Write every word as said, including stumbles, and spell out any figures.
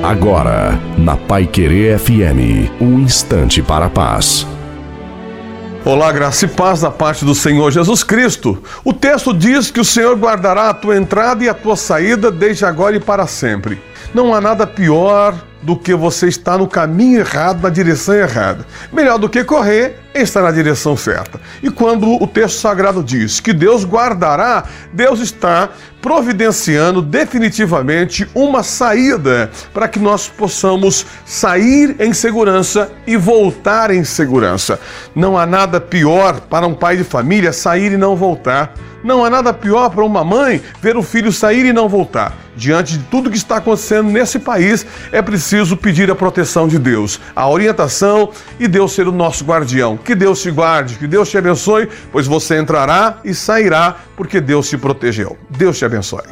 Agora, na Paiquerê F M, um instante para a paz. Olá, graça e paz da parte do Senhor Jesus Cristo. O texto diz que o Senhor guardará a tua entrada e a tua saída desde agora e para sempre. Não há nada pior do que você estar no caminho errado, na direção errada. Melhor do que correr é estar na direção certa. E quando o texto sagrado diz que Deus guardará, Deus está providenciando definitivamente uma saída para que nós possamos sair em segurança e voltar em segurança. Não há nada pior para um pai de família sair e não voltar. Não há nada pior para uma mãe ver o filho sair e não voltar. Diante de tudo que está acontecendo nesse país, é preciso pedir a proteção de Deus, a orientação e Deus ser o nosso guardião. Que Deus te guarde, que Deus te abençoe, pois você entrará e sairá porque Deus te protegeu. Deus te abençoe.